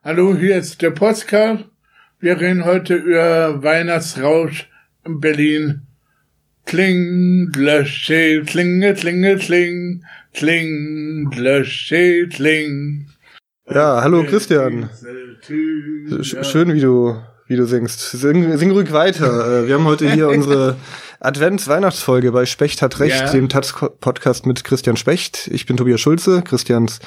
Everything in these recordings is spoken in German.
Hallo, hier ist der Podcast. Wir reden heute über Weihnachtsrausch in Berlin. Kling, Glösche, klinge, klinge, kling, kling, Glösche, kling. Ja, hallo Christian. Schön, wie du singst. Sing ruhig weiter. Wir haben heute hier unsere Advents-Weihnachtsfolge bei Specht hat Recht, dem Taz-Podcast mit Christian Specht. Ich bin Tobias Schulze, Christians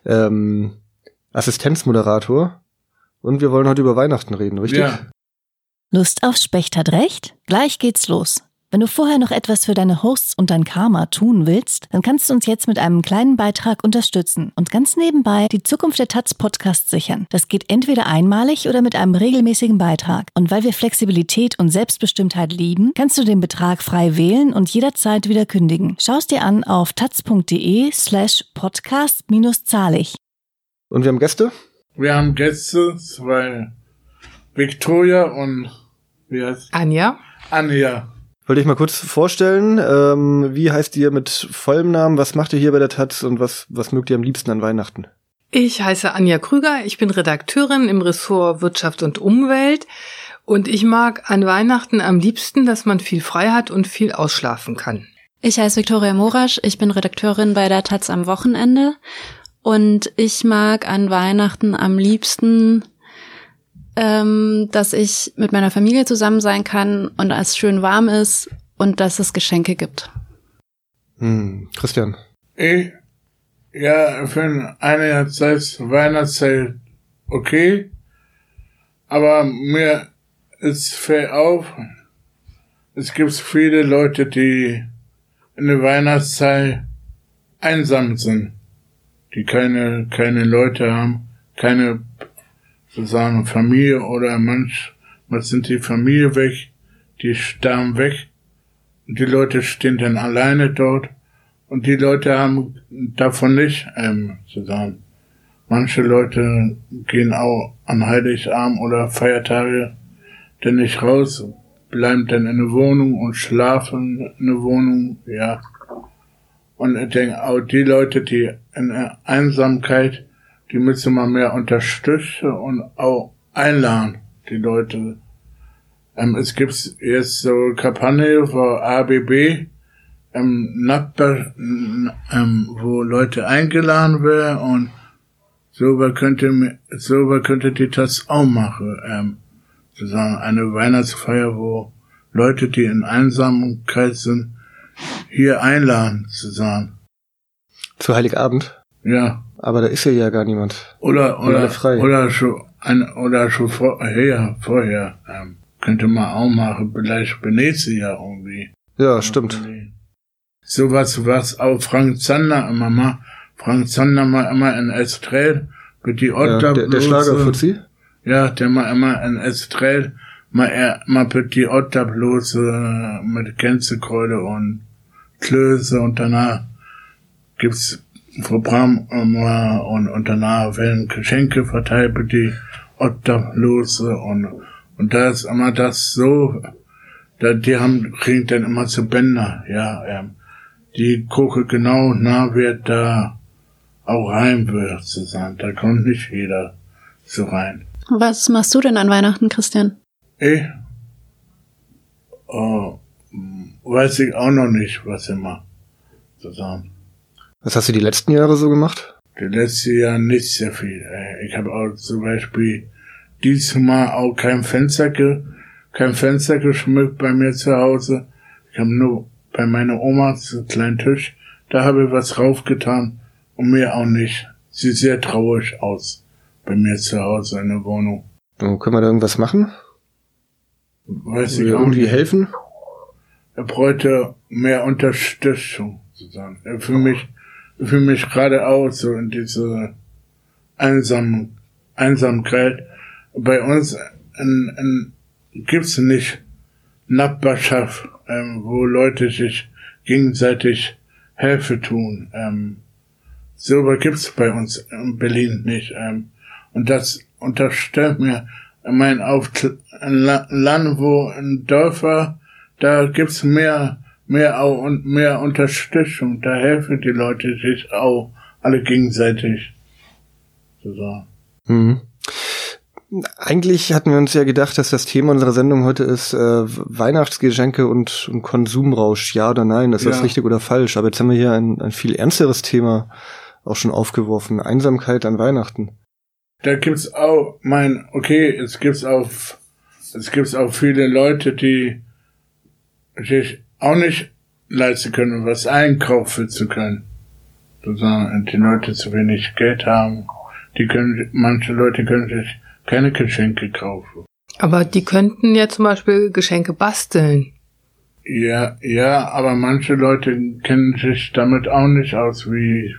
Assistenzmoderator. Und wir wollen heute über Weihnachten reden, richtig? Ja. Lust auf Specht hat Recht? Gleich geht's los. Wenn du vorher noch etwas für deine Hosts und dein Karma tun willst, dann kannst du uns jetzt mit einem kleinen Beitrag unterstützen und ganz nebenbei die Zukunft der Taz-Podcasts sichern. Das geht entweder einmalig oder mit einem regelmäßigen Beitrag. Und weil wir Flexibilität und Selbstbestimmtheit lieben, kannst du den Betrag frei wählen und jederzeit wieder kündigen. Schau es dir an auf taz.de/podcast-zahlig. Und wir haben Gäste? Wir haben Gäste, zwei Victoria und wie heißt Anja. Wollte ich mal kurz vorstellen, wie heißt ihr mit vollem Namen, was macht ihr hier bei der Taz und was mögt ihr am liebsten an Weihnachten? Ich heiße Anja Krüger, ich bin Redakteurin im Ressort Wirtschaft und Umwelt und ich mag an Weihnachten am liebsten, dass man viel frei hat und viel ausschlafen kann. Ich heiße Viktoria Morasch, ich bin Redakteurin bei der Taz am Wochenende und ich mag an Weihnachten am liebsten, dass ich mit meiner Familie zusammen sein kann und es schön warm ist und dass es Geschenke gibt. Christian. Ich finde einerseits Weihnachtszeit okay, aber mir fällt auf, es gibt viele Leute, die in der Weihnachtszeit einsam sind, die keine Leute haben, keine sozusagen Familie oder manchmal sind die Familie weg, die sterben weg und die Leute stehen dann alleine dort und die Leute haben davon nicht sozusagen. Manche Leute gehen auch an Heiligabend oder Feiertage dann nicht raus, bleiben dann in der Wohnung und schlafen in der Wohnung, ja. Und ich denke auch die Leute, die in der Einsamkeit, die müssen mal mehr unterstützen und auch einladen, die Leute. Es gibt jetzt so Kampagne von ABB, wo Leute eingeladen werden und so könnte die das auch machen. Sozusagen eine Weihnachtsfeier, wo Leute, die in Einsamkeit sind, hier einladen, zusammen. Zu Heiligabend? Ja. Aber da ist ja gar niemand. Oder schon vorher. Könnte man auch machen, vielleicht Venezia ja irgendwie. Ja, stimmt. Sowas, was auch Frank Zander immer macht. Frank Zander mal immer in Estrell mit die Obdachlose. Der Schlagerfuzzi? Ja, der mal immer in Estrell mal mit die Obdachlose mit Gänsekeule und Klöße und danach gibt's Programm und danach werden Geschenke verteilt für die Obdachlose und da ist immer das so, kriegen dann immer so Bänder, die gucken genau nach, wer da auch rein wird, zusammen. Da kommt nicht jeder so rein. Was machst du denn an Weihnachten, Christian? Ich? Weiß ich auch noch nicht, was ich mache, zusammen. Was hast du die letzten Jahre so gemacht? Die letzten Jahre nicht sehr viel. Ich habe auch zum Beispiel diesmal auch kein Fenster geschmückt bei mir zu Hause. Ich habe nur bei meiner Oma so einen kleinen Tisch, da habe ich was raufgetan und mir auch nicht. Sieht sehr traurig aus bei mir zu Hause in der Wohnung. Können wir da irgendwas machen? Weiß ich auch irgendwie nicht. Helfen? Er bräuchte mehr Unterstützung, sozusagen. Ich fühle mich gerade auch so in diese Einsamkeit. Bei uns gibt's nicht Nachbarschaft, wo Leute sich gegenseitig Hilfe tun. Sowas gibt's bei uns in Berlin nicht. Und das unterstellt mir, auf Land, wo in Dörfer, da gibt's mehr Unterstützung. Da helfen die Leute sich auch alle gegenseitig. So. Mhm. Eigentlich hatten wir uns ja gedacht, dass das Thema unserer Sendung heute ist Weihnachtsgeschenke und Konsumrausch, ja oder nein, ist das richtig oder falsch? Aber jetzt haben wir hier ein viel ernsteres Thema auch schon aufgeworfen, Einsamkeit an Weihnachten. Da gibt's auch, es gibt's auch viele Leute, die sich auch nicht leisten können, was einkaufen zu können. Sozusagen, die Leute zu wenig Geld haben. Manche Leute können sich keine Geschenke kaufen. Aber die könnten ja zum Beispiel Geschenke basteln. Ja, aber manche Leute kennen sich damit auch nicht aus, wie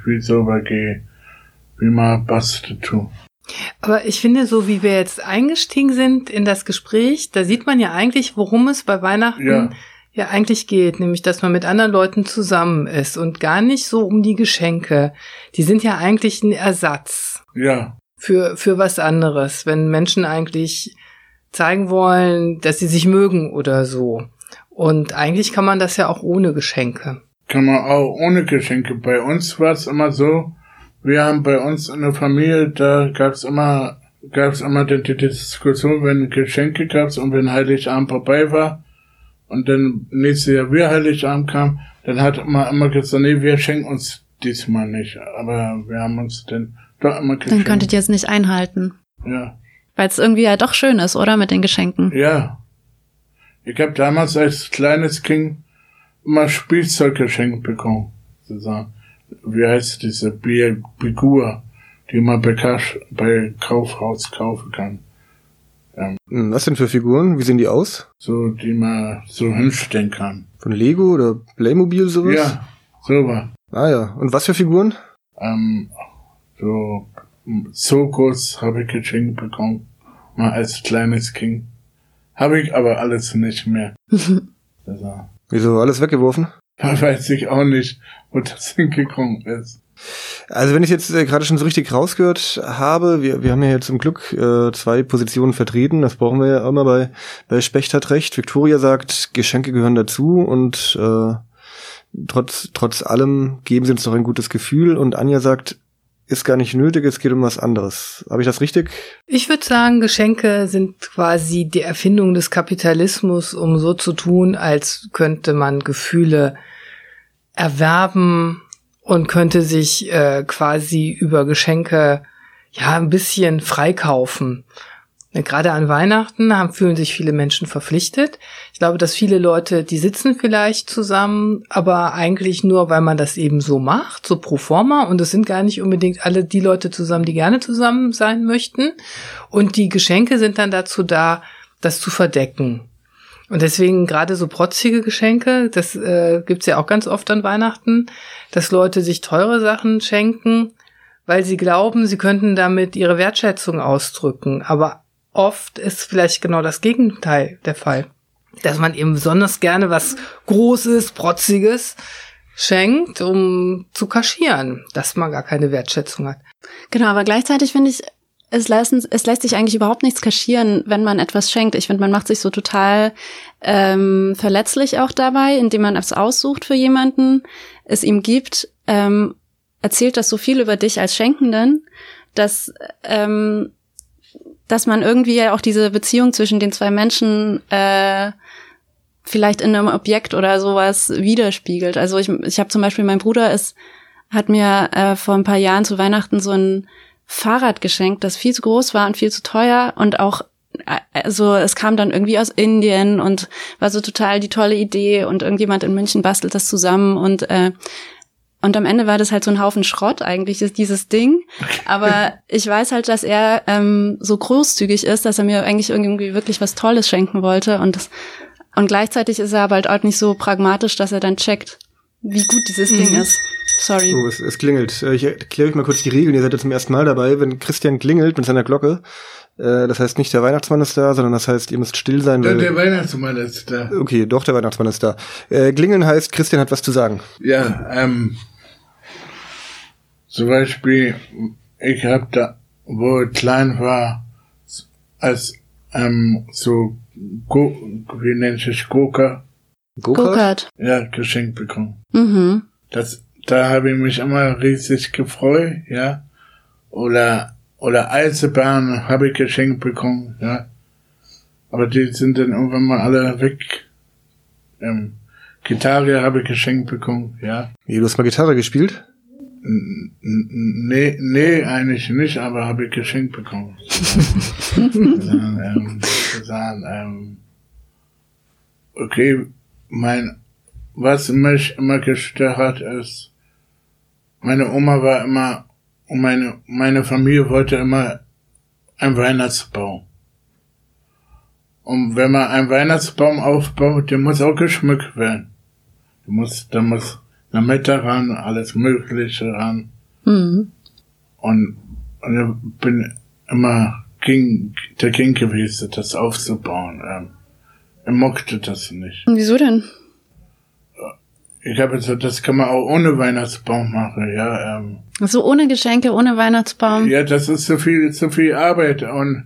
man bastelt tut. Aber ich finde, so wie wir jetzt eingestiegen sind in das Gespräch, da sieht man ja eigentlich, worum es bei Weihnachten ja eigentlich geht, nämlich, dass man mit anderen Leuten zusammen ist und gar nicht so um die Geschenke. Die sind ja eigentlich ein Ersatz. Ja. Für was anderes, wenn Menschen eigentlich zeigen wollen, dass sie sich mögen oder so. Und eigentlich kann man das ja auch ohne Geschenke. Kann man auch ohne Geschenke. Bei uns war es immer so, wir haben bei uns in der Familie, da gab's immer die Diskussion, wenn Geschenke gab's und wenn Heiligabend vorbei war und dann nächstes Jahr wieder Heiligabend kam, dann hat man immer gesagt, nee, wir schenken uns diesmal nicht. Aber wir haben uns dann doch immer geschenkt. Dann könntet ihr es nicht einhalten. Ja. Weil es irgendwie ja doch schön ist, oder? Mit den Geschenken. Ja. Ich habe damals als kleines Kind immer Spielzeug geschenkt bekommen. Sozusagen. Wie heißt diese Figur, die man bei Kaufhaus kaufen kann. Was denn für Figuren? Wie sehen die aus? So, die man so hinstellen kann. Von Lego oder Playmobil sowas? Ja, sowas. Ah ja. Und was für Figuren? So Zirkus habe ich geschenkt bekommen. Mal als kleines Kind. Habe ich aber alles nicht mehr. Also, wieso? Alles weggeworfen? Weiß ich auch nicht, wo das hingekommen ist. Also wenn ich jetzt gerade schon so richtig rausgehört habe, wir haben ja jetzt zum Glück 2 Positionen vertreten, das brauchen wir ja immer bei Specht hat recht. Victoria sagt, Geschenke gehören dazu und trotz allem geben sie uns doch ein gutes Gefühl, und Anja sagt, ist gar nicht nötig, es geht um was anderes. Habe ich das richtig? Ich würde sagen, Geschenke sind quasi die Erfindung des Kapitalismus, um so zu tun, als könnte man Gefühle erwerben und könnte sich quasi über Geschenke ja ein bisschen freikaufen. Gerade an Weihnachten fühlen sich viele Menschen verpflichtet. Ich glaube, dass viele Leute, die sitzen vielleicht zusammen, aber eigentlich nur, weil man das eben so macht, so pro forma. Und es sind gar nicht unbedingt alle die Leute zusammen, die gerne zusammen sein möchten. Und die Geschenke sind dann dazu da, das zu verdecken. Und deswegen gerade so protzige Geschenke, das gibt's ja auch ganz oft an Weihnachten, dass Leute sich teure Sachen schenken, weil sie glauben, sie könnten damit ihre Wertschätzung ausdrücken. Aber oft ist vielleicht genau das Gegenteil der Fall. Dass man eben besonders gerne was Großes, Protziges schenkt, um zu kaschieren, dass man gar keine Wertschätzung hat. Genau, aber gleichzeitig finde ich, es lässt sich eigentlich überhaupt nichts kaschieren, wenn man etwas schenkt. Ich finde, man macht sich so total verletzlich auch dabei, indem man es aussucht für jemanden, es ihm gibt, erzählt das so viel über dich als Schenkenden, dass man irgendwie ja auch diese Beziehung zwischen den 2 Menschen vielleicht in einem Objekt oder sowas widerspiegelt. Also ich habe zum Beispiel, mein Bruder hat mir vor ein paar Jahren zu Weihnachten so ein Fahrrad geschenkt, das viel zu groß war und viel zu teuer, und auch also es kam dann irgendwie aus Indien und war so total die tolle Idee, und irgendjemand in München bastelt das zusammen, und am Ende war das halt so ein Haufen Schrott eigentlich, dieses Ding. Aber ich weiß halt, dass er so großzügig ist, dass er mir eigentlich irgendwie wirklich was Tolles schenken wollte. Und gleichzeitig ist er aber halt auch nicht so pragmatisch, dass er dann checkt, wie gut dieses Ding ist. Sorry. Oh, es klingelt. Ich erkläre euch mal kurz die Regeln. Ihr seid ja zum ersten Mal dabei. Wenn Christian klingelt mit seiner Glocke, das heißt nicht der Weihnachtsmann ist da, sondern das heißt, ihr müsst still sein. Der Weihnachtsmann ist da. Okay, doch, der Weihnachtsmann ist da. Klingeln heißt, Christian hat was zu sagen. Ja, zum Beispiel, ich habe da, wo ich klein war, als so, wie nennt sich Go-Kart? Ja, geschenkt bekommen. Mhm. Da habe ich mich immer riesig gefreut, ja. Oder Oder Eisenbahn habe ich geschenkt bekommen, ja. Aber die sind dann irgendwann mal alle weg. Gitarre habe ich geschenkt bekommen, ja. Wie, du hast mal Gitarre gespielt? Nee, eigentlich nicht, aber habe ich geschenkt bekommen. Okay, was mich immer gestört hat, ist, meine Oma war immer, und meine Familie wollte immer einen Weihnachtsbaum. Und wenn man einen Weihnachtsbaum aufbaut, der muss auch geschmückt werden. Da muss Lametta ran, alles Mögliche ran. Mhm. Und ich bin immer dagegen gewesen, das aufzubauen. Ich mochte das nicht. Wieso denn? Ich habe gesagt, das kann man auch ohne Weihnachtsbaum machen, ja. So ohne Geschenke, ohne Weihnachtsbaum? Ja, das ist zu viel Arbeit. Und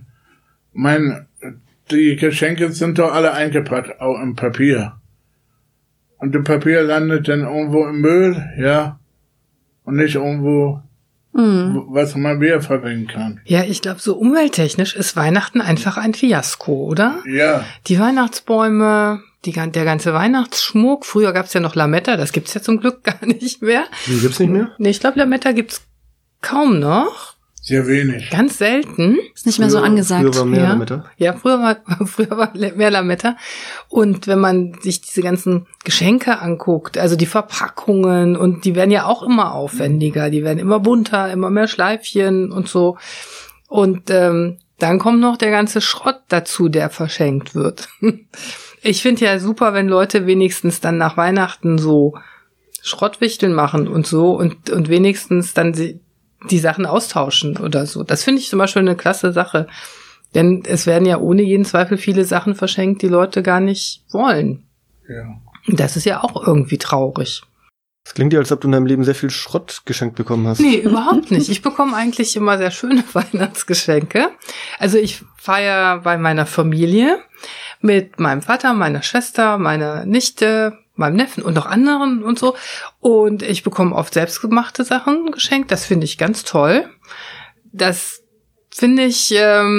die Geschenke sind doch alle eingepackt, auch im Papier. Und das Papier landet dann irgendwo im Müll, ja. Und nicht irgendwo, was man wieder verwenden kann. Ja, ich glaube, so umwelttechnisch ist Weihnachten einfach ein Fiasko, oder? Ja. Die Weihnachtsbäume, der ganze Weihnachtsschmuck. Früher gab's ja noch Lametta, das gibt's ja zum Glück gar nicht mehr. Die gibt's nicht mehr? Nee, ich glaube, Lametta gibt's kaum noch. Sehr wenig. Ganz selten. Ist nicht mehr so angesagt. Früher war mehr Lametta. Ja, früher war mehr Lametta. Und wenn man sich diese ganzen Geschenke anguckt, also die Verpackungen, und die werden ja auch immer aufwendiger, die werden immer bunter, immer mehr Schleifchen und so. Und dann kommt noch der ganze Schrott dazu, der verschenkt wird. Ich finde ja super, wenn Leute wenigstens dann nach Weihnachten so Schrottwichteln machen und so und wenigstens dann die Sachen austauschen oder so. Das finde ich zum Beispiel eine klasse Sache. Denn es werden ja ohne jeden Zweifel viele Sachen verschenkt, die Leute gar nicht wollen. Ja. Das ist ja auch irgendwie traurig. Es klingt ja, als ob du in deinem Leben sehr viel Schrott geschenkt bekommen hast. Nee, überhaupt nicht. Ich bekomme eigentlich immer sehr schöne Weihnachtsgeschenke. Also ich feiere bei meiner Familie mit meinem Vater, meiner Schwester, meiner Nichte, meinem Neffen und noch anderen und so. Und ich bekomme oft selbstgemachte Sachen geschenkt. Das finde ich ganz toll. Das finde ich,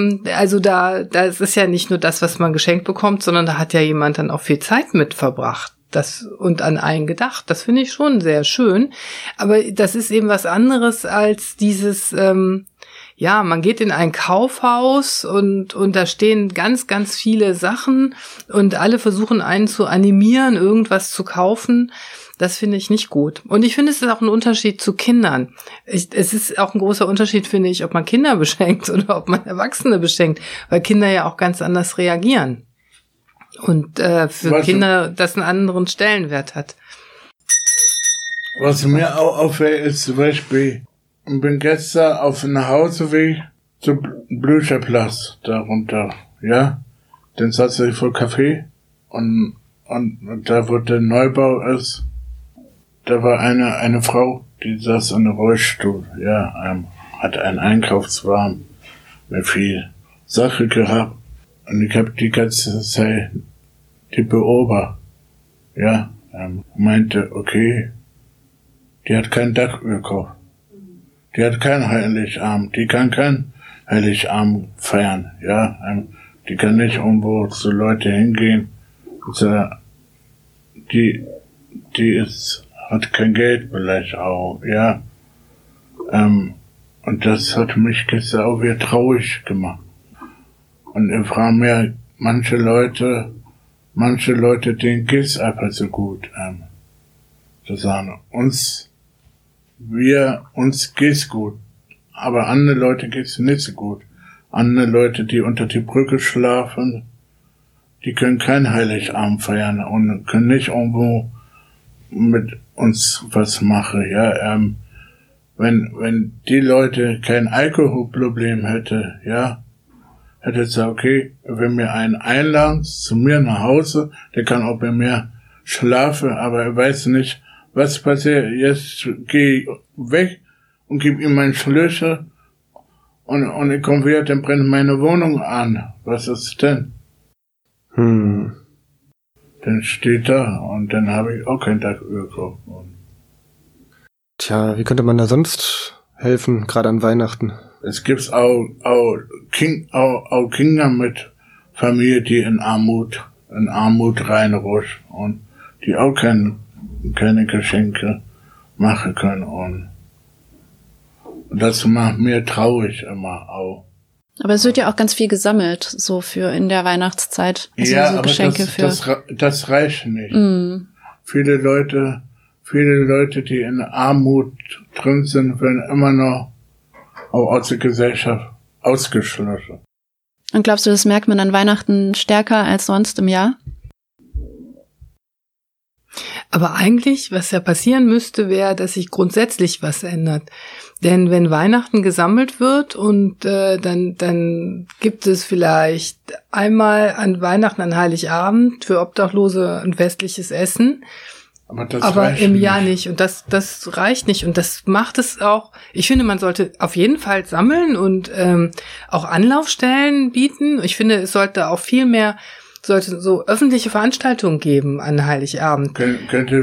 das ist ja nicht nur das, was man geschenkt bekommt, sondern da hat ja jemand dann auch viel Zeit mit verbracht. Und an einen gedacht. Das finde ich schon sehr schön. Aber das ist eben was anderes als dieses, man geht in ein Kaufhaus und da stehen ganz, ganz viele Sachen und alle versuchen einen zu animieren, irgendwas zu kaufen. Das finde ich nicht gut. Und ich finde, es ist auch ein Unterschied zu Kindern. Es ist auch ein großer Unterschied, finde ich, ob man Kinder beschenkt oder ob man Erwachsene beschenkt, weil Kinder ja auch ganz anders reagieren. Und für Kinder das einen anderen Stellenwert hat. Was mir auch auffällt, ist zum Beispiel, ich bin gestern auf einem Nachhauseweg zum Blücherplatz darunter, ja. Dann saß ich vor Café und da, wo der Neubau ist, da war eine Frau, die saß in einem Rollstuhl, ja, hat einen Einkaufswagen mit viel Sache gehabt. Und ich habe die ganze Zeit die beobachtet, ja, meinte, okay, die hat kein Dach gekauft. Die hat kein Heiligabend, die kann kein Heiligabend feiern, ja, die kann nicht irgendwo zu Leute hingehen und sagen, hat kein Geld vielleicht auch, ja, und das hat mich gestern auch wieder traurig gemacht. Und ich frage mir, manche Leute, denen geht's einfach so gut, zu sagen, uns geht's gut, aber andere Leute geht's nicht so gut. Andere Leute, die unter die Brücke schlafen, die können kein Heiligabend feiern und können nicht irgendwo mit uns was machen, ja, wenn die Leute kein Alkoholproblem hätte, ja, hätte gesagt, okay, wenn mir einen einladen zu mir nach Hause, der kann auch bei mir schlafen, aber er weiß nicht, was passiert. Jetzt gehe ich weg und gebe ihm meinen Schlüssel und ich komme wieder, dann brennt meine Wohnung an. Was ist denn? Dann steht da und dann habe ich auch kein Dach gekauft. Tja, wie könnte man da sonst helfen, gerade an Weihnachten? Es gibt auch Kinder mit Familie, die in Armut reinrutscht und die auch keine Geschenke machen können. Und das macht mir traurig immer auch. Aber es wird ja auch ganz viel gesammelt, so für in der Weihnachtszeit. Also ja, so aber Geschenke das reicht nicht. Viele Leute, die in Armut drin sind, werden immer noch auch aus der Gesellschaft ausgeschlossen. Und glaubst du, das merkt man an Weihnachten stärker als sonst im Jahr? Aber eigentlich, was ja passieren müsste, wäre, dass sich grundsätzlich was ändert. Denn wenn Weihnachten gesammelt wird und dann gibt es vielleicht einmal an Weihnachten, an Heiligabend für Obdachlose ein festliches Essen, aber im Jahr nicht. Und das reicht nicht. Und das macht es auch. Ich finde, man sollte auf jeden Fall sammeln und auch Anlaufstellen bieten. Ich finde, es sollte auch viel mehr so öffentliche Veranstaltungen geben an Heiligabend. Könnte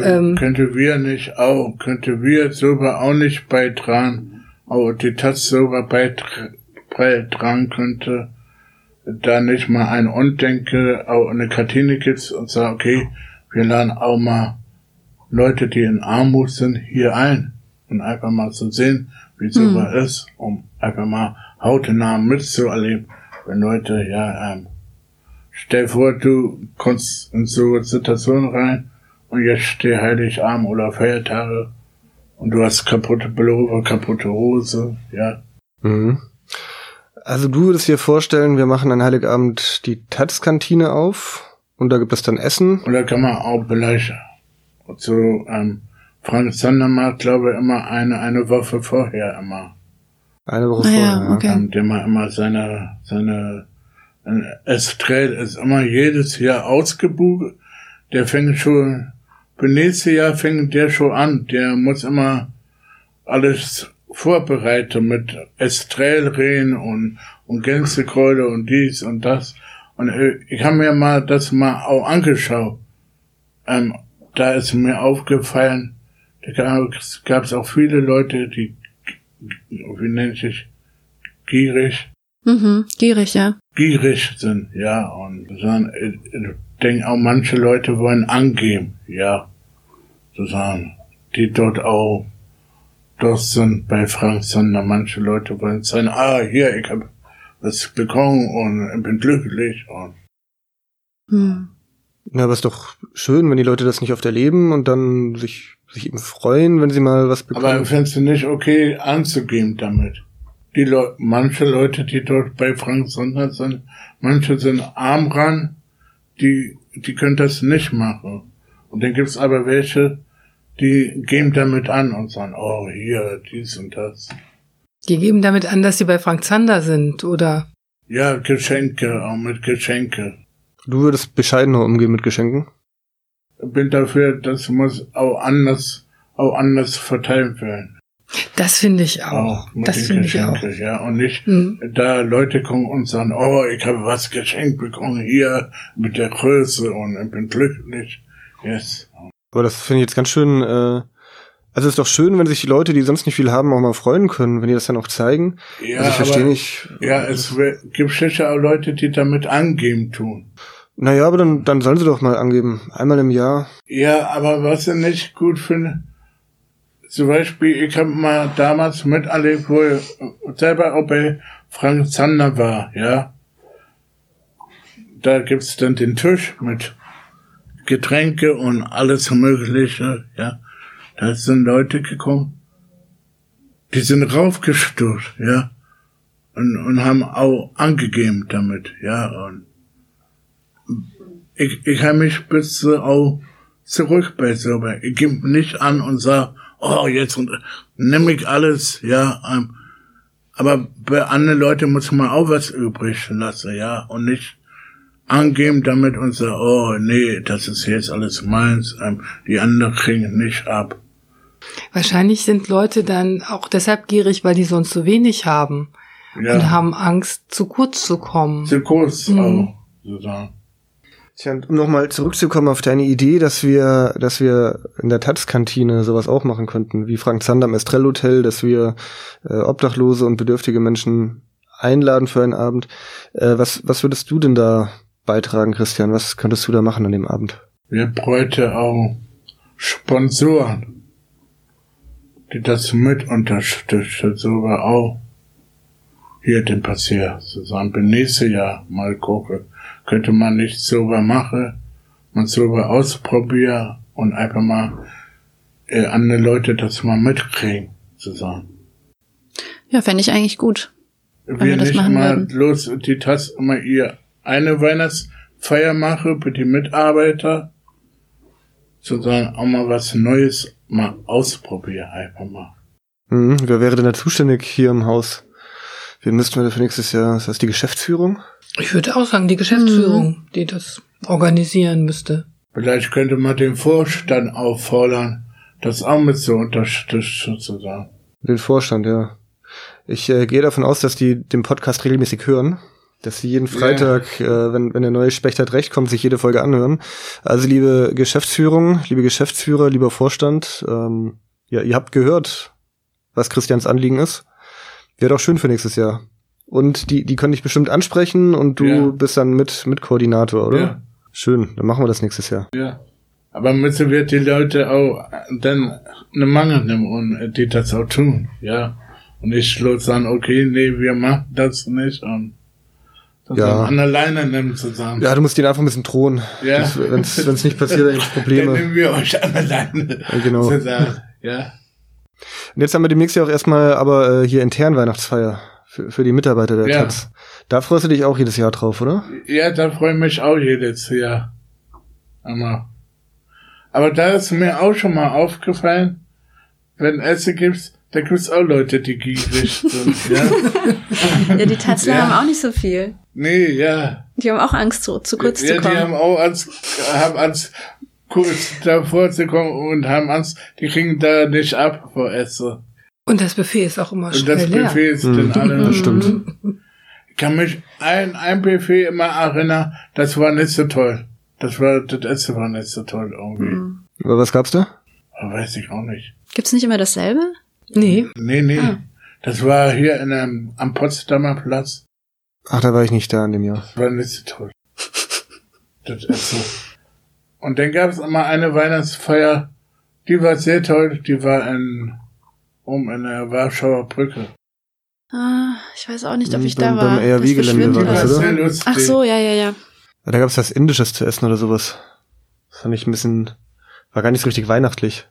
wir selber auch nicht beitragen, aber die Taz selber beitragen könnte, da nicht mal ein Undenke auch eine Kantine gibt und sagt, okay, wir laden auch mal Leute, die in Armut sind, hier ein und einfach mal zu sehen, wie sowas ist, um einfach mal hautnah mitzuerleben, wenn Leute, stell vor, du kommst in so eine Situation rein und jetzt steht Heiligabend oder Feiertage und du hast kaputte Pullover, kaputte Hose, ja. Mhm. Also du würdest dir vorstellen, wir machen an Heiligabend die Taz-Kantine auf und da gibt es dann Essen. Und da kann man auch vielleicht so, Frank Zander macht, glaube ich, immer eine Woche vorher immer. Eine Woche vorher, okay. Der mal immer seine Estrell ist immer jedes Jahr ausgebucht. Der fängt schon, für nächstes Jahr fängt der schon an. Der muss immer alles vorbereiten mit Estrellrehen und Gänsekeule und dies und das. Und ich habe mir das mal auch angeschaut. Da ist mir aufgefallen, da gab es auch viele Leute, die, wie nennt sich, gierig sind, ja, und ich denke auch, manche Leute wollen angeben, ja, sozusagen, die dort sind bei Frank Zander, manche Leute wollen sagen, hier, ich habe was bekommen und ich bin glücklich und. Ja, aber ist doch schön, wenn die Leute das nicht oft erleben und dann sich eben freuen, wenn sie mal was bekommen. Aber fändest du nicht okay anzugeben damit? Manche Leute, die dort bei Frank Zander sind, manche sind arm ran, die können das nicht machen. Und dann gibt's aber welche, die geben damit an und sagen, hier, dies und das. Die geben damit an, dass sie bei Frank Zander sind, oder? Ja, Geschenke, auch mit Geschenke. Du würdest bescheidener umgehen mit Geschenken? Ich bin dafür, das muss auch anders verteilt werden. Das finde ich auch. Das finde ich auch. Ja, und nicht, da Leute kommen und sagen, ich habe was geschenkt bekommen hier mit der Größe und ich bin glücklich. Yes. Aber das finde ich jetzt ganz schön, also es ist doch schön, wenn sich die Leute, die sonst nicht viel haben, auch mal freuen können, wenn die das dann auch zeigen. Ja, also ich verstehe nicht. Ja, es gibt sicher auch Leute, die damit angeben tun. Naja, aber dann sollen sie doch mal angeben. Einmal im Jahr. Ja, aber was ich nicht gut finde, zum Beispiel, ich habe mal damals miterlebt, wo ich selber auch bei Frank Zander war, ja. Da gibt's dann den Tisch mit Getränke und alles Mögliche, ja. Da sind Leute gekommen, die sind raufgestürzt, ja. Und haben auch angegeben damit, ja. Und ich habe mich bis auch zurück bei selber. Ich gebe nicht an und sage, jetzt nimm ich alles, ja. Aber bei anderen Leuten muss man auch was übrig lassen, ja. Und nicht angeben damit und sagen, nee, das ist jetzt alles meins. Die anderen kriegen nicht ab. Wahrscheinlich sind Leute dann auch deshalb gierig, weil die sonst so wenig haben. Ja. Und haben Angst, zu kurz zu kommen. Zu kurz auch, sozusagen. Tja, um nochmal zurückzukommen auf deine Idee, dass wir in der Taz-Kantine sowas auch machen könnten, wie Frank Zander im Estrell-Hotel, dass wir obdachlose und bedürftige Menschen einladen für einen Abend. Was würdest du denn da beitragen, Christian? Was könntest du da machen an dem Abend? Wir bräuchten auch Sponsoren, die das mit unterstützen, sogar auch hier den Passier zusammen. Bin nächstes Jahr mal gucken. Könnte man nicht sogar machen, man sogar ausprobieren und einfach mal andere Leute das mal mitkriegen zusammen. Ja, fände ich eigentlich gut. Wir nicht mal bloß die Taz immer ihr eine Weihnachtsfeier mache für die Mitarbeiter, sondern auch mal was Neues mal ausprobieren, einfach mal. Wer wäre denn da zuständig hier im Haus? Wen müssten wir da für nächstes Jahr? Ist das die Geschäftsführung? Ich würde auch sagen, die Geschäftsführung, die das organisieren müsste. Vielleicht könnte man den Vorstand auffordern, das auch mit so unterstützen zu sagen. Den Vorstand, ja. Ich gehe davon aus, dass die den Podcast regelmäßig hören. Dass sie jeden Freitag, wenn der neue Specht hat recht kommt, sich jede Folge anhören. Also liebe Geschäftsführung, liebe Geschäftsführer, lieber Vorstand, ihr habt gehört, was Christians Anliegen ist. Wäre doch schön für nächstes Jahr. Und die können dich bestimmt ansprechen und du bist dann mit Koordinator, oder? Ja. Schön, dann machen wir das nächstes Jahr. Ja. Aber müssen wir die Leute auch dann eine Mangel nehmen und die das auch tun, ja. Und nicht bloß sagen, okay, nee, wir machen das nicht und dann an alleine nehmen zusammen. Ja, du musst ihn einfach ein bisschen drohen. Ja. Wenn's nicht passiert, dann gibt's Probleme. Dann nehmen wir euch an alleine. Ja, genau. Zusammen. Ja. Und jetzt haben wir demnächst ja auch erstmal aber hier intern Weihnachtsfeier für die Mitarbeiter der Taz. Da freust du dich auch jedes Jahr drauf, oder? Ja, da freue ich mich auch jedes Jahr. Aber da ist mir auch schon mal aufgefallen, wenn Essen gibt's, da gibt's auch Leute, die gierig sind. Ja, die Tazler haben auch nicht so viel. Nee, ja. Die haben auch Angst, zu kurz zu kommen. Ja, die haben auch Angst, kurz davor zu kommen und haben Angst, die kriegen da nicht ab vor Essen. Und das Buffet ist auch immer schnell leer. Und das Buffet ist dann alle. Das stimmt. Ich kann mich ein Buffet immer erinnern, das war nicht so toll. Das Essen war nicht so toll irgendwie. Aber was gab's da? Weiß ich auch nicht. Gibt's nicht immer dasselbe? Nee. Nee. Das war hier am Potsdamer Platz. Ach, da war ich nicht da in dem Jahr. Das war nicht so toll. Das Essen. Und dann gab's immer eine Weihnachtsfeier, die war sehr toll, die war in der Warschauer Brücke. Ich weiß auch nicht, ob ich da war. Beim ERW-Gelände war das, oder? Sehr lustig. Ach so, ja. Da gab's was Indisches zu essen oder sowas. Das fand ich war gar nicht so richtig weihnachtlich.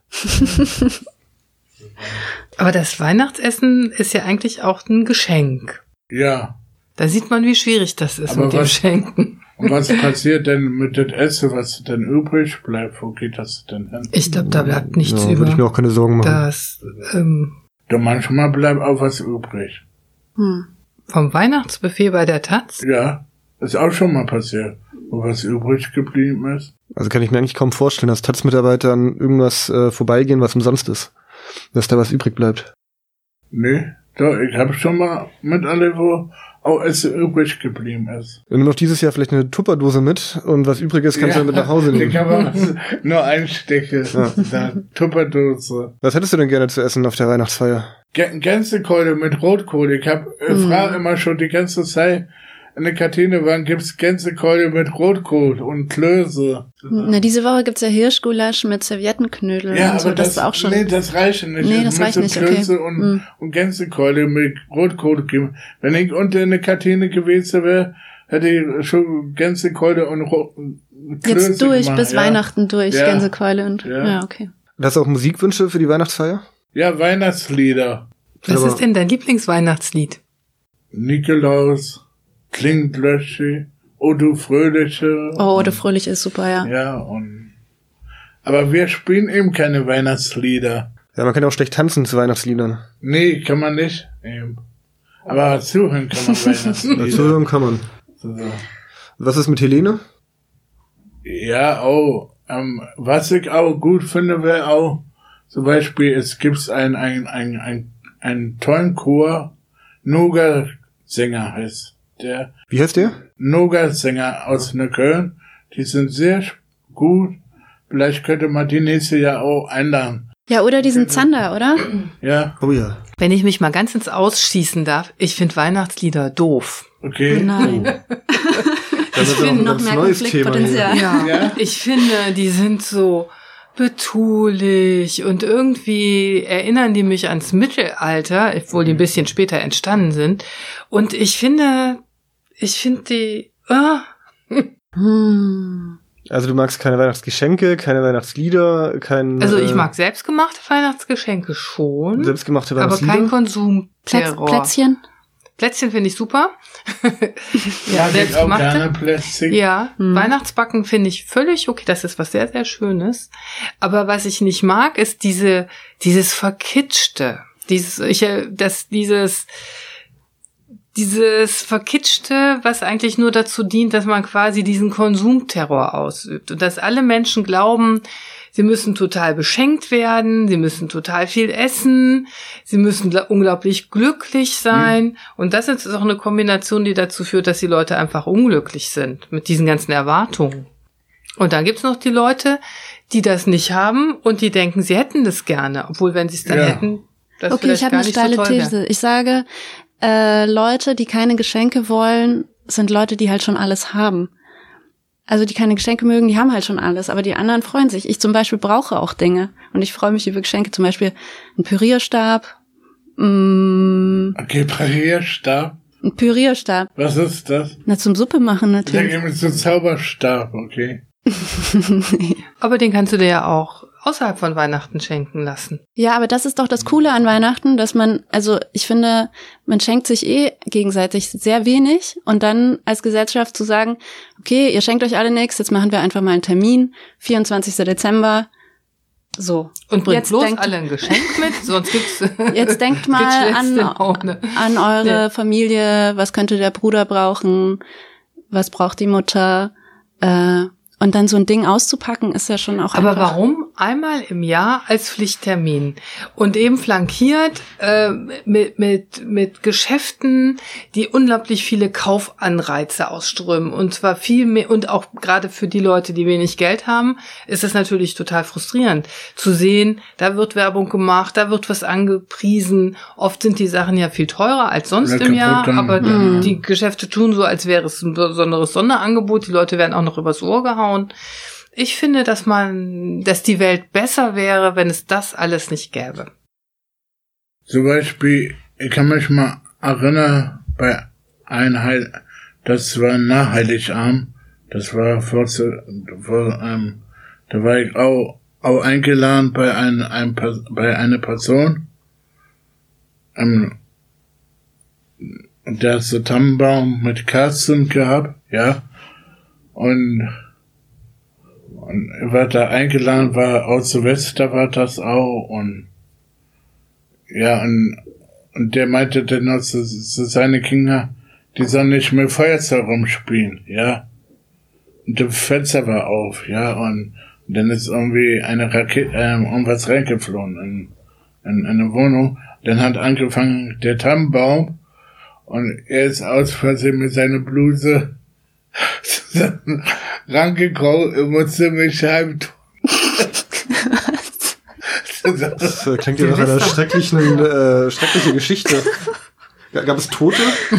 Aber das Weihnachtsessen ist ja eigentlich auch ein Geschenk. Ja. Da sieht man, wie schwierig das ist mit dem Schenken. Und was passiert denn mit dem Essen, was denn übrig bleibt? Wo geht das denn hin? Ich glaube, da bleibt nichts über. Würde ich mir auch keine Sorgen machen. Doch manchmal bleibt auch was übrig. Vom Weihnachtsbuffet bei der Taz? Ja, ist auch schon mal passiert, wo was übrig geblieben ist. Also kann ich mir eigentlich kaum vorstellen, dass Taz-Mitarbeitern irgendwas vorbeigehen, was umsonst ist. Dass da was übrig bleibt. Nee, doch, ich habe schon mal mit alle, wo auch Essen übrig geblieben ist. Wenn du noch dieses Jahr vielleicht eine Tupperdose mit und was übrig ist, kannst du dann mit nach Hause nehmen. Die kann man nur einstecken. Da, Tupperdose. Was hättest du denn gerne zu essen auf der Weihnachtsfeier? Gänsekeule mit Rotkohl. Ich frage immer schon die ganze Zeit, in der Kantine, wann gibt's Gänsekeule mit Rotkohl und Klöße? Na, diese Woche gibt's ja Hirschgulasch mit Serviettenknödeln ja, und so. Aber das ist auch schon. Nee, das reicht nicht. Nee, das reicht nicht, Klöße okay. und Gänsekeule mit Rotkohl geben. Wenn ich unter in der Kantine gewesen wäre, hätte ich schon Gänsekeule und Klöße jetzt durch, gemacht, bis Weihnachten durch, Gänsekeule und, ja, okay. Hast du auch Musikwünsche für die Weihnachtsfeier? Ja, Weihnachtslieder. Was ist denn dein Lieblingsweihnachtslied? Nikolaus. Klingt löschig, oh du Fröhliche. Oh, du Fröhliche ist super, ja. Ja, aber wir spielen eben keine Weihnachtslieder. Ja, man kann ja auch schlecht tanzen zu Weihnachtsliedern. Nee, kann man nicht. Eben. Aber zuhören kann man Weihnachtslieder. Zuhören kann man. So. Was ist mit Helene? Ja, auch. Was ich auch gut finde, wäre auch, zum Beispiel, es gibt einen tollen Chor, Noga Sänger heißt der. Wie heißt der? Noga Sänger aus Neukölln. Die sind sehr gut. Vielleicht könnte man die nächste Jahr auch einladen. Ja, oder diesen Zander, oder? Ja. Oh ja. Wenn ich mich mal ganz ins Ausschießen darf, ich finde Weihnachtslieder doof. Okay. Nein. Das ist auch ein noch ganz mehr neues Konfliktpotenzial. Thema hier. Ja, ich finde, die sind so betulich und irgendwie erinnern die mich ans Mittelalter, obwohl die ein bisschen später entstanden sind. Und ich finde die, Also du magst keine Weihnachtsgeschenke, keine Weihnachtslieder, Also ich mag selbstgemachte Weihnachtsgeschenke schon, selbstgemachte aber Weihnachtslieder. kein Konsumterror. Plätzchen? Plätzchen finde ich super. Ja, selbstgemachte. auch gerne Plätzchen. Ja, Weihnachtsbacken finde ich völlig okay. Das ist was sehr, sehr Schönes. Aber was ich nicht mag, ist dieses Verkitschte. Dieses Verkitschte, was eigentlich nur dazu dient, dass man quasi diesen Konsumterror ausübt. Und dass alle Menschen glauben, sie müssen total beschenkt werden, sie müssen total viel essen, sie müssen unglaublich glücklich sein. Und das ist auch eine Kombination, die dazu führt, dass die Leute einfach unglücklich sind mit diesen ganzen Erwartungen. Und dann gibt's noch die Leute, die das nicht haben und die denken, sie hätten das gerne, obwohl wenn sie es dann hätten, das okay, vielleicht ich habe gar eine nicht steile so toll wäre. These. Ich sage, Leute, die keine Geschenke wollen, sind Leute, die halt schon alles haben. Also die keine Geschenke mögen, die haben halt schon alles, aber die anderen freuen sich. Ich zum Beispiel brauche auch Dinge und ich freue mich über Geschenke, zum Beispiel einen Pürierstab. Okay, Pürierstab. Ein Pürierstab. Was ist das? Na, zum Suppe machen Ich natürlich. denke mit so einem Zauberstab, okay. Aber den kannst du dir ja auch außerhalb von Weihnachten schenken lassen. Ja, aber das ist doch das Coole an Weihnachten, dass ich finde, man schenkt sich gegenseitig sehr wenig und dann als Gesellschaft zu sagen, okay, ihr schenkt euch alle nichts, jetzt machen wir einfach mal einen Termin, 24. Dezember, so. Und bringt jetzt bloß alle ein Geschenk mit, sonst gibt's jetzt denkt mal an eure Familie, was könnte der Bruder brauchen, was braucht die Mutter, und dann so ein Ding auszupacken, ist ja schon auch Aber einfach. warum einmal im Jahr als Pflichttermin? Und eben flankiert mit Geschäften, die unglaublich viele Kaufanreize ausströmen. Und zwar viel mehr, und auch gerade für die Leute, die wenig Geld haben, ist es natürlich total frustrierend zu sehen, da wird Werbung gemacht, da wird was angepriesen. Oft sind die Sachen ja viel teurer als sonst im Jahr, aber die Geschäfte tun so, als wäre es ein besonderes Sonderangebot. Die Leute werden auch noch übers Ohr gehauen. Ich finde, dass die Welt besser wäre, wenn es das alles nicht gäbe. Zum Beispiel, ich kann mich mal erinnern, das war nach Heiligabend, das war da war ich auch eingeladen bei einer Person, der hat so Tannenbaum mit Kerzen gehabt, ja, und war da eingeladen, war auch Silvester war das auch und ja, und der meinte dann noch zu seine Kinder, die sollen nicht mit Feuerzeug rumspielen, ja. Und der Fenster war auf, ja, und dann ist irgendwie eine Rakete, irgendwas reingeflogen in eine Wohnung. Dann hat angefangen der Tannenbaum und er ist aus Versehen mit seiner Bluse rangekommen und musste mich halb tun. Das klingt ja nach einer schreckliche Geschichte. Gab es Tote?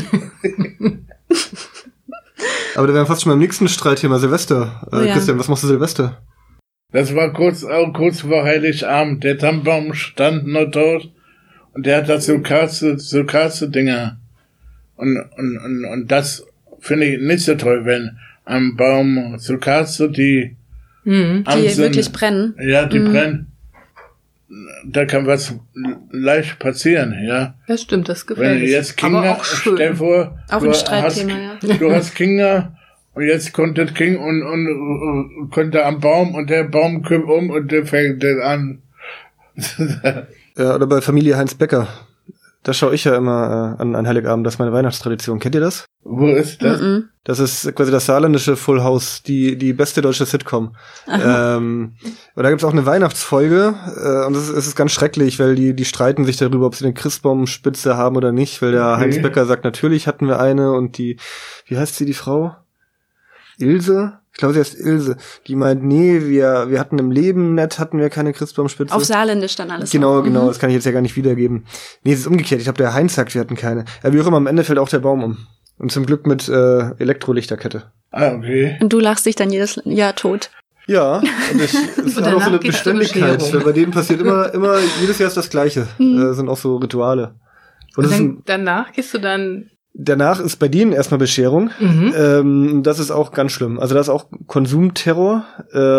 Aber da wären fast schon beim nächsten Streitthema Silvester. Ja. Christian, was machst du Silvester? Das war kurz vor Heiligabend. Der Tannenbaum stand noch dort und der hat da so Kerze-Dinger. Und das finde ich nicht so toll, wenn am Baum so Kerze, die wirklich brennen. Ja, die brennen. Da kann was leicht passieren, ja. Das stimmt, das Wenn gefällt mir. jetzt Kinder, stell vor, Auch ein Streitthema, du hast Kinder und jetzt kommt das Kind und kommt da am Baum und der Baum kommt und der fängt dann an. Ja, oder bei Familie Heinz Becker. Da schaue ich ja immer an Heiligabend, das ist meine Weihnachtstradition. Kennt ihr das? Wo ist das? Das ist quasi das saarländische Full House, die beste deutsche Sitcom. Und da gibt's auch eine Weihnachtsfolge und es ist ganz schrecklich, weil die streiten sich darüber, ob sie eine Christbaumspitze haben oder nicht, weil der Heinz Becker sagt, natürlich hatten wir eine und wie heißt sie, die Frau? Ilse? Ich glaube, sie heißt Ilse. Die meint, nee, wir hatten im Leben hatten wir keine Christbaumspitze. Auf Saarländisch dann alles. Genau, das kann ich jetzt ja gar nicht wiedergeben. Nee, es ist umgekehrt. Ich glaube, der Heinz sagt, wir hatten keine. Ja, wie auch immer, am Ende fällt auch der Baum um. Und zum Glück mit Elektrolichterkette. Ah, okay. Und du lachst dich dann jedes Jahr tot. Ja, und es hat auch so eine Beständigkeit. Weil bei denen passiert immer, jedes Jahr ist das Gleiche. Sind auch so Rituale. Und danach gehst du dann... Danach ist bei denen erstmal Bescherung. Das ist auch ganz schlimm. Also das ist auch Konsumterror.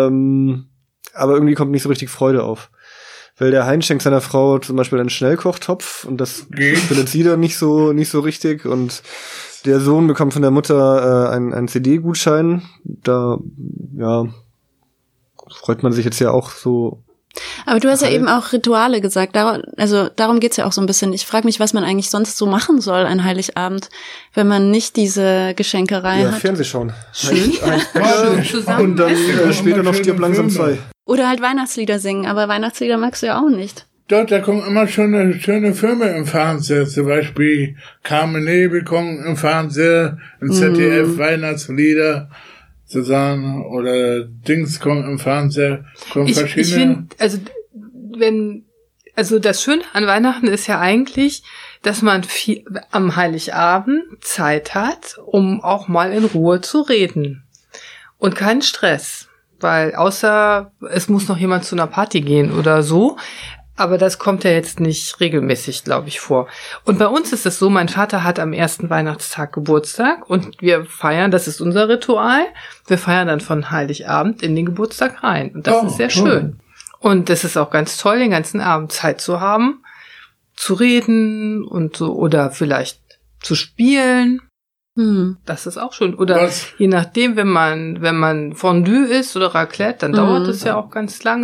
Aber irgendwie kommt nicht so richtig Freude auf. Weil der Heinz schenkt seiner Frau zum Beispiel einen Schnellkochtopf und das findet sie dann nicht so richtig. Und der Sohn bekommt von der Mutter einen CD-Gutschein. Da, ja, freut man sich jetzt ja auch so. Aber du hast ja eben auch Rituale gesagt. Darum geht's ja auch so ein bisschen. Ich frage mich, was man eigentlich sonst so machen soll an Heiligabend, wenn man nicht diese Geschenkerei hat. Ja, Fernseh schauen. Schön. Und dann später noch Stirb langsam 2. Oder halt Weihnachtslieder singen. Aber Weihnachtslieder magst du ja auch nicht. Dort, da kommen immer schöne Filme im Fernsehen. Zum Beispiel Carmen Nebel kommt im Fernsehen, im ZDF Weihnachtslieder. Zusammen oder Dings kommen im Fernsehen, kommen verschiedene. Ich finde, das Schöne an Weihnachten ist ja eigentlich, dass man am Heiligabend Zeit hat, um auch mal in Ruhe zu reden. Und keinen Stress. Weil außer, es muss noch jemand zu einer Party gehen oder so. Aber das kommt ja jetzt nicht regelmäßig, glaube ich, vor. Und bei uns ist es so, mein Vater hat am ersten Weihnachtstag Geburtstag und wir feiern, das ist unser Ritual, wir feiern dann von Heiligabend in den Geburtstag rein. Und das ist sehr schön. Und das ist auch ganz toll, den ganzen Abend Zeit zu haben, zu reden und so, oder vielleicht zu spielen. Das ist auch schön. Oder je nachdem, wenn man Fondue isst oder Raclette, dann dauert es ja auch ganz lange.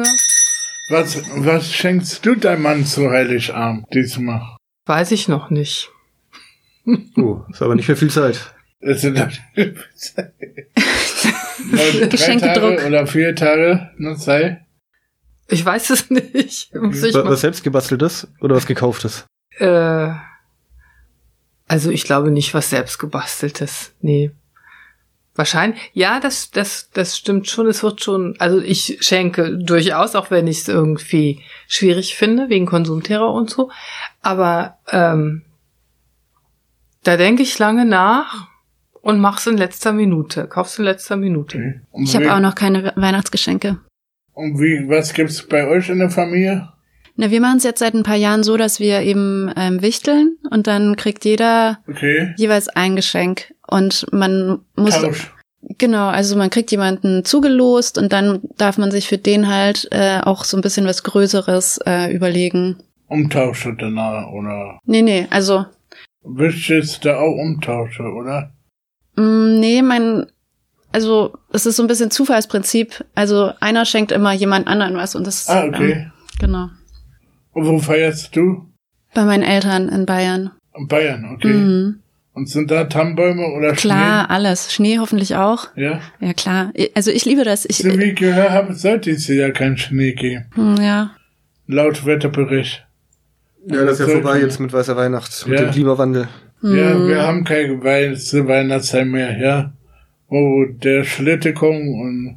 Was schenkst du deinem Mann zu Heiligabend diesmal? Weiß ich noch nicht. Ist aber nicht mehr viel Zeit. Es sind 3 Geschenkedruck. Tage oder 4 Tage noch Zeit? Ich weiß es nicht. Was selbst gebasteltes oder was gekauftes? Also ich glaube nicht was selbst gebasteltes. Nee. Wahrscheinlich, ja, das stimmt schon, es wird schon, also ich schenke durchaus, auch wenn ich es irgendwie schwierig finde, wegen Konsumterror und so, aber da denke ich lange nach und kauf's in letzter Minute. Okay. Ich habe auch noch keine Weihnachtsgeschenke. Und was gibt's bei euch in der Familie? Na, wir machen es jetzt seit ein paar Jahren so, dass wir eben wichteln und dann kriegt jeder jeweils ein Geschenk und man muss genau, also man kriegt jemanden zugelost und dann darf man sich für den halt auch so ein bisschen was Größeres überlegen. Umtauschen danach, oder? Nee, also Willst du da auch umtauschen, oder? Nee, also es ist so ein bisschen Zufallsprinzip. Also einer schenkt immer jemand anderen was und das okay. Genau. Und wo feierst du? Bei meinen Eltern in Bayern. In Bayern, okay. Und sind da Tannenbäume oder Schnee? Klar, alles. Schnee hoffentlich auch. Ja? Ja, klar. Also ich liebe das. So wie ich gehört habe, sollte es ja keinen Schnee geben. Ja. Laut Wetterbericht. Ja, das ist ja vorbei jetzt mit weißer Weihnacht, mit dem Klimawandel. Ja, wir haben keine weiße Weihnachtszeit mehr, ja. Wo der Schlitte kommt und...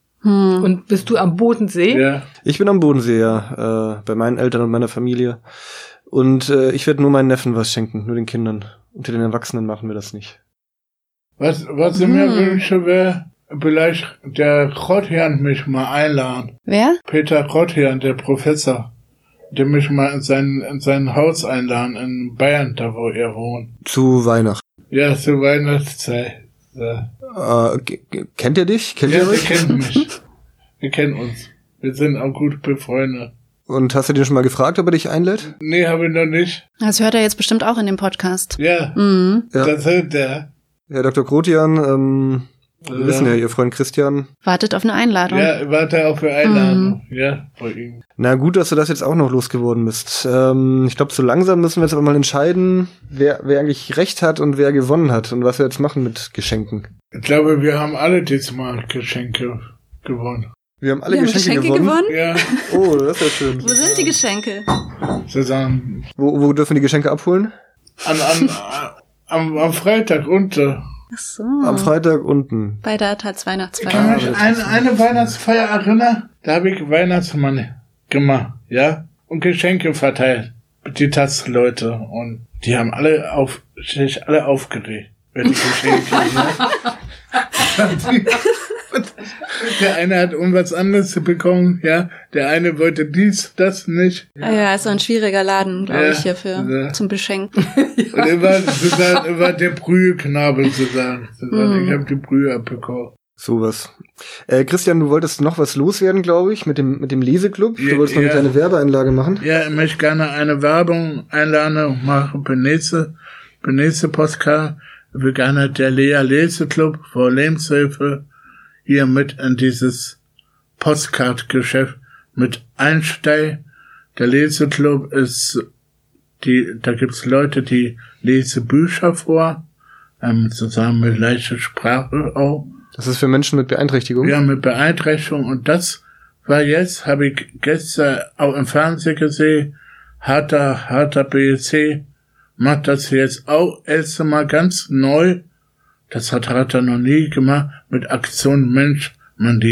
Und bist du am Bodensee? Ja. Ich bin am Bodensee, ja. Bei meinen Eltern und meiner Familie. Und ich werde nur meinen Neffen was schenken, nur den Kindern. Unter den Erwachsenen machen wir das nicht. Was ich mir wünsche, wäre, vielleicht der Rothirn mich mal einladen. Wer? Peter Rothirn, der Professor. Der mich mal in sein Haus einladen, in Bayern, da wo er wohnt. Zu Weihnachten. Ja, zur Weihnachtszeit. Ja. Kennt ihr dich? Kennt Ja, ihr wir euch? kennen mich. Wir kennen uns. Wir sind auch gut befreundet. Und hast du den schon mal gefragt, ob er dich einlädt? Nee, habe ich noch nicht. Das hört er jetzt bestimmt auch in dem Podcast. Ja, Ja. das hört der. Herr Dr. Grotian, wir wissen ja, Ihr Freund Christian. Wartet auf eine Einladung. Ja, warte auf die Einladung. Ja, bei ihm. Na gut, dass du das jetzt auch noch losgeworden bist. Ich glaube, so langsam müssen wir jetzt aber mal entscheiden, wer eigentlich recht hat und wer gewonnen hat und was wir jetzt machen mit Geschenken. Ich glaube, wir haben alle diesmal Geschenke gewonnen. Wir haben alle Wir haben Geschenke gewonnen? Ja, Oh, das ist ja schön. Wo sind die Geschenke? zusammen. Wo dürfen wir die Geschenke abholen? Am Freitag unter. Ach so. Am Freitag unten. Bei der Taz Weihnachtsfeier. Ich kann mich an eine Weihnachtsfeier erinnern, da habe ich Weihnachtsmann gemacht, ja, und Geschenke verteilt. Die Taz-Leute. Und die haben sich alle aufgeregt. Über die Geschenke, Der eine hat irgendwas anderes bekommen, ja. Der eine wollte dies, das nicht. Ja, ist so ein schwieriger Laden, glaube ich, hierfür zum Beschenken. Und immer der Brüheknabe sozusagen. Ich habe die Brühe abbekommen. Sowas. Christian, du wolltest noch was loswerden, glaube ich, mit dem Leseclub. Du wolltest noch eine kleine Werbeeinlage machen. Ja, ich möchte gerne eine Werbung-Einladung machen für nächste Podcast. Ich will gerne der Lea Leseclub vor Lebenshilfe hier mit in dieses Postcard-Geschäft mit einsteigen. Der Leseclub ist da gibt's Leute, die lesen Bücher vor, zusammen mit leichter Sprache auch. Das ist für Menschen mit Beeinträchtigung? Ja, mit Beeinträchtigung. Und das war habe ich gestern auch im Fernsehen gesehen, Harter BEC macht das jetzt auch erst mal ganz neu. Das hat Harter noch nie gemacht. Mit Aktion Mensch, die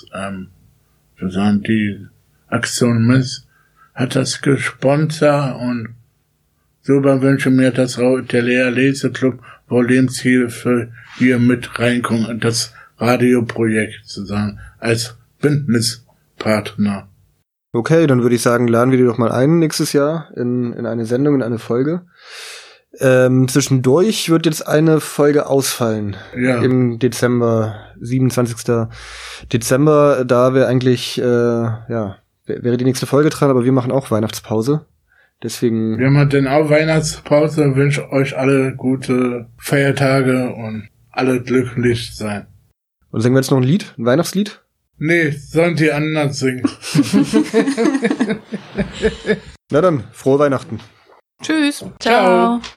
Aktion Mensch hat das gesponsert und so wünsche mir, dass auch der Lea Leseclub, wo Lebenshilfe hier mit reinkommt und das Radioprojekt sozusagen als Bündnispartner. Okay, dann würde ich sagen, laden wir die doch mal ein nächstes Jahr in eine Sendung, in eine Folge. Zwischendurch wird jetzt eine Folge ausfallen. Ja. Im Dezember, 27. Dezember, da wäre eigentlich, wäre die nächste Folge dran, aber wir machen auch Weihnachtspause. Deswegen. Wir machen dann auch Weihnachtspause, wünsche euch alle gute Feiertage und alle glücklich sein. Und singen wir jetzt noch ein Lied? Ein Weihnachtslied? Nee, sollen die anderen singen. Na dann, frohe Weihnachten. Tschüss. Ciao.